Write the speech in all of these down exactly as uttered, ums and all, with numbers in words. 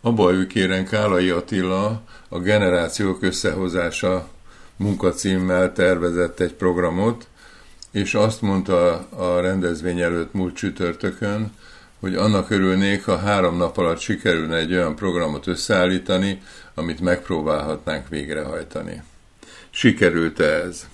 A Bajújkéren Kálai Attila a Generációk Összehozása munkacímmel tervezett egy programot, és azt mondta a rendezvény előtt múlt csütörtökön, hogy annak örülnék, ha három nap alatt sikerülne egy olyan programot összeállítani, amit megpróbálhatnánk végrehajtani. Sikerült-e ez?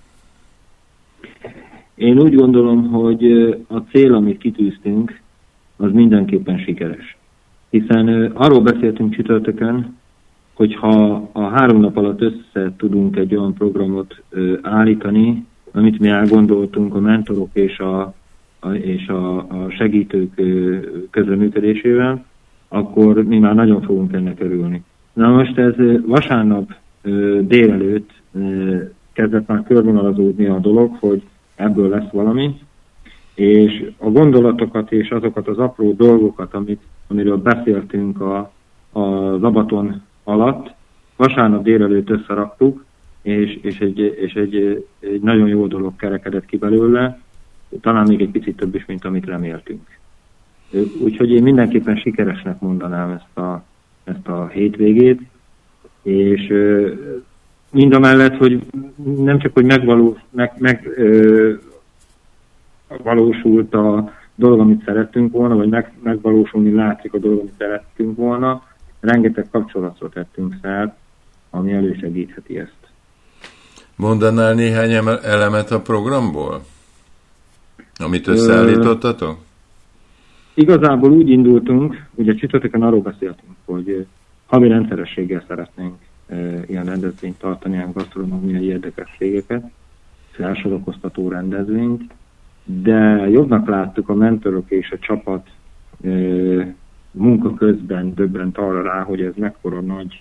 Én úgy gondolom, hogy a cél, amit kitűztünk, az mindenképpen sikeres. Hiszen arról beszéltünk csütörtökön, hogy ha a három nap alatt össze tudunk egy olyan programot állítani, amit mi elgondoltunk a mentorok és a, a, és a, a segítők közreműködésével, akkor mi már nagyon fogunk ennek örülni. Na most ez vasárnap délelőtt kezdett már körvonalazódni a dolog, hogy ebből lesz valami, és a gondolatokat és azokat az apró dolgokat, amit, amiről beszéltünk a, a Zabaton alatt, vasárnap délelőtt összeraktuk, és, és, egy, és egy, egy nagyon jó dolog kerekedett ki belőle, talán még egy picit több is, mint amit reméltünk. Úgyhogy én mindenképpen sikeresnek mondanám ezt a, ezt a hétvégét, és mindamellett, hogy nem csak, hogy megvalós, meg, meg, ö, valósult a dolog, amit szerettünk volna, vagy meg, megvalósulni látszik a dolog, amit szerettünk volna, rengeteg kapcsolatra tettünk szert, ami elősegítheti ezt. Mondanál néhány elemet a programból, amit összeállítottatok? Ö, igazából úgy indultunk, ugye csütörtökön arról beszéltünk, hogy havi rendszerességgel szeretnénk ilyen rendezvényt tartani, ilyen gasztronómiai érdekességeket, felsorakoztató rendezvényt, de jobbnak láttuk a mentorok és a csapat munka közben döbbent arra rá, hogy ez mekkora nagy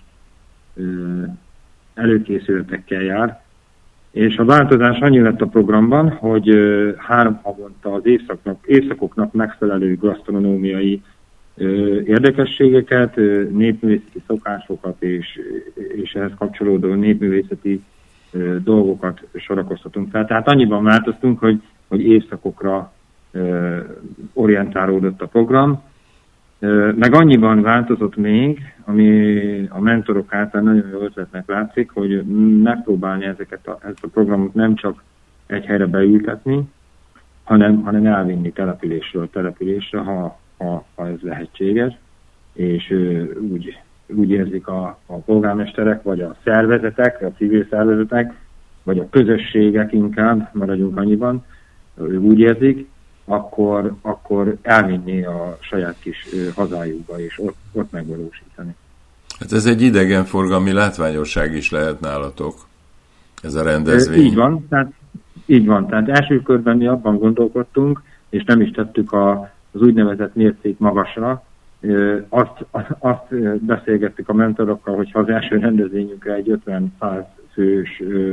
előkészületekkel jár, és a változás annyi lett a programban, hogy három havonta az évszaknak, évszakoknak megfelelő gasztronómiai érdekességeket, népművészeti szokásokat és, és ehhez kapcsolódó népművészeti dolgokat sorakoztatunk fel. Tehát annyiban változtunk, hogy, hogy évszakokra orientálódott a program, meg annyiban változott még, ami a mentorok által nagyon jó ötletnek látszik, hogy megpróbálni ezeket a, ezt a programot nem csak egy helyre beültetni, hanem, hanem elvinni településről településre, ha Ha, ha ez lehetséges, és ö, úgy, úgy érzik a, a polgármesterek, vagy a szervezetek, a civil szervezetek, vagy a közösségek inkább, maradjunk annyiban, úgy érzik, akkor, akkor elvinni a saját kis ö, hazájukba, és ott, ott megvalósítani. Hát ez egy idegenforgalmi látványosság is lehet nálatok, ez a rendezvény. Így van, tehát, így van, tehát első körben mi abban gondolkodtunk, és nem is tettük a az úgynevezett mércét magasra. Azt, azt beszélgettük a mentorokkal, hogy ha az első rendezvényünkre egy ötven-száz fős ö,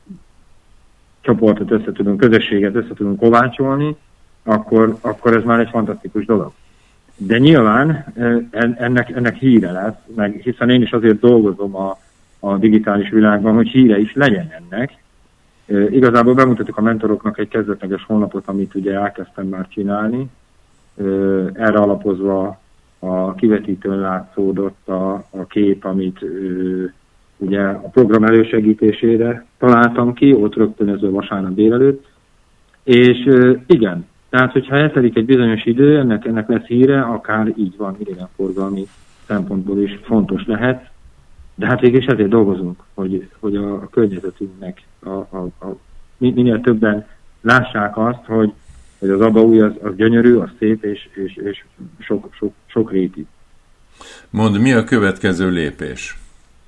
csoportot össze tudunk, közösséget össze tudunk kovácsolni, akkor, akkor ez már egy fantasztikus dolog. De nyilván ennek, ennek híre lesz, meg hiszen én is azért dolgozom a, a digitális világban, hogy híre is legyen ennek. Igazából bemutattuk a mentoroknak egy kezdetleges honlapot, amit ugye elkezdtem már csinálni. Erre alapozva a kivetítőn látszódott a, a kép, amit ö, ugye a program elősegítésére találtam ki, ott rögtönöző vasárnap délelőtt. És ö, igen, tehát hogyha eltelik egy bizonyos idő, ennek, ennek lesz híre, akár így van, idegenforgalmi szempontból is fontos lehet, de hát végül is ezért dolgozunk, hogy, hogy a, a környezetünknek a, a, a, minél többen lássák azt, hogy hogy az Abaúj az, az gyönyörű, az szép, és, és, és sok, sok, sok réti. Mondd, mi a következő lépés?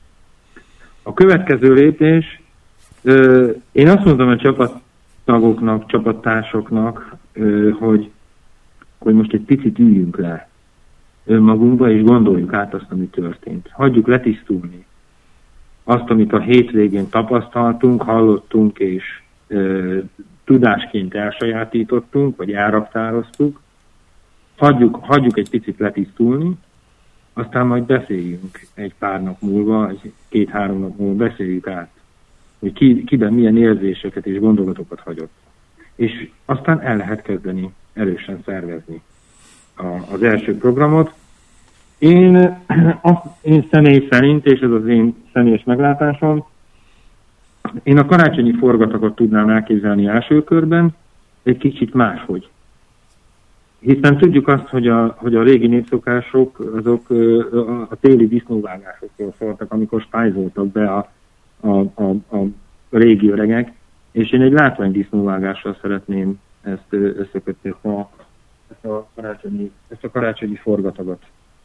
A következő lépés, ö, én azt mondom a csapattagoknak, csapattársoknak, ö, hogy, hogy most egy picit üljünk le önmagunkba, és gondoljuk át azt, ami történt. Hagyjuk letisztulni azt, amit a hétvégén tapasztaltunk, hallottunk, és ö, tudásként elsajátítottunk, vagy elraktároztuk, hagyjuk, hagyjuk egy picit letisztulni, aztán majd beszéljünk egy pár nap múlva, egy két-három nap múlva beszéljük át, hogy ki, kiben milyen érzéseket és gondolatokat hagyott. És aztán el lehet kezdeni erősen szervezni a, az első programot, Én, azt, én személy szerint, és ez az én személyes meglátásom, én a karácsonyi forgatagot tudnám elképzelni első körben, egy kicsit máshogy. Hiszen tudjuk azt, hogy a, hogy a régi népszokások, azok a téli disznóvágásokról szóltak, amikor spájzoltak be a, a, a, a régi öregek, és én egy látvány disznóvágással szeretném ezt összekötni, ezt a, ezt a, karácsonyi, ezt a karácsonyi forgatagot.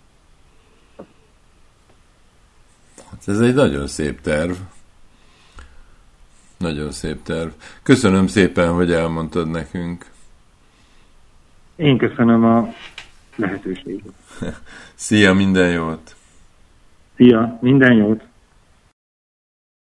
Hát ez egy nagyon szép terv. Nagyon szép terv. Köszönöm szépen, hogy elmondtad nekünk. Én köszönöm a lehetőséget. Szia, minden jót! Szia, minden jót!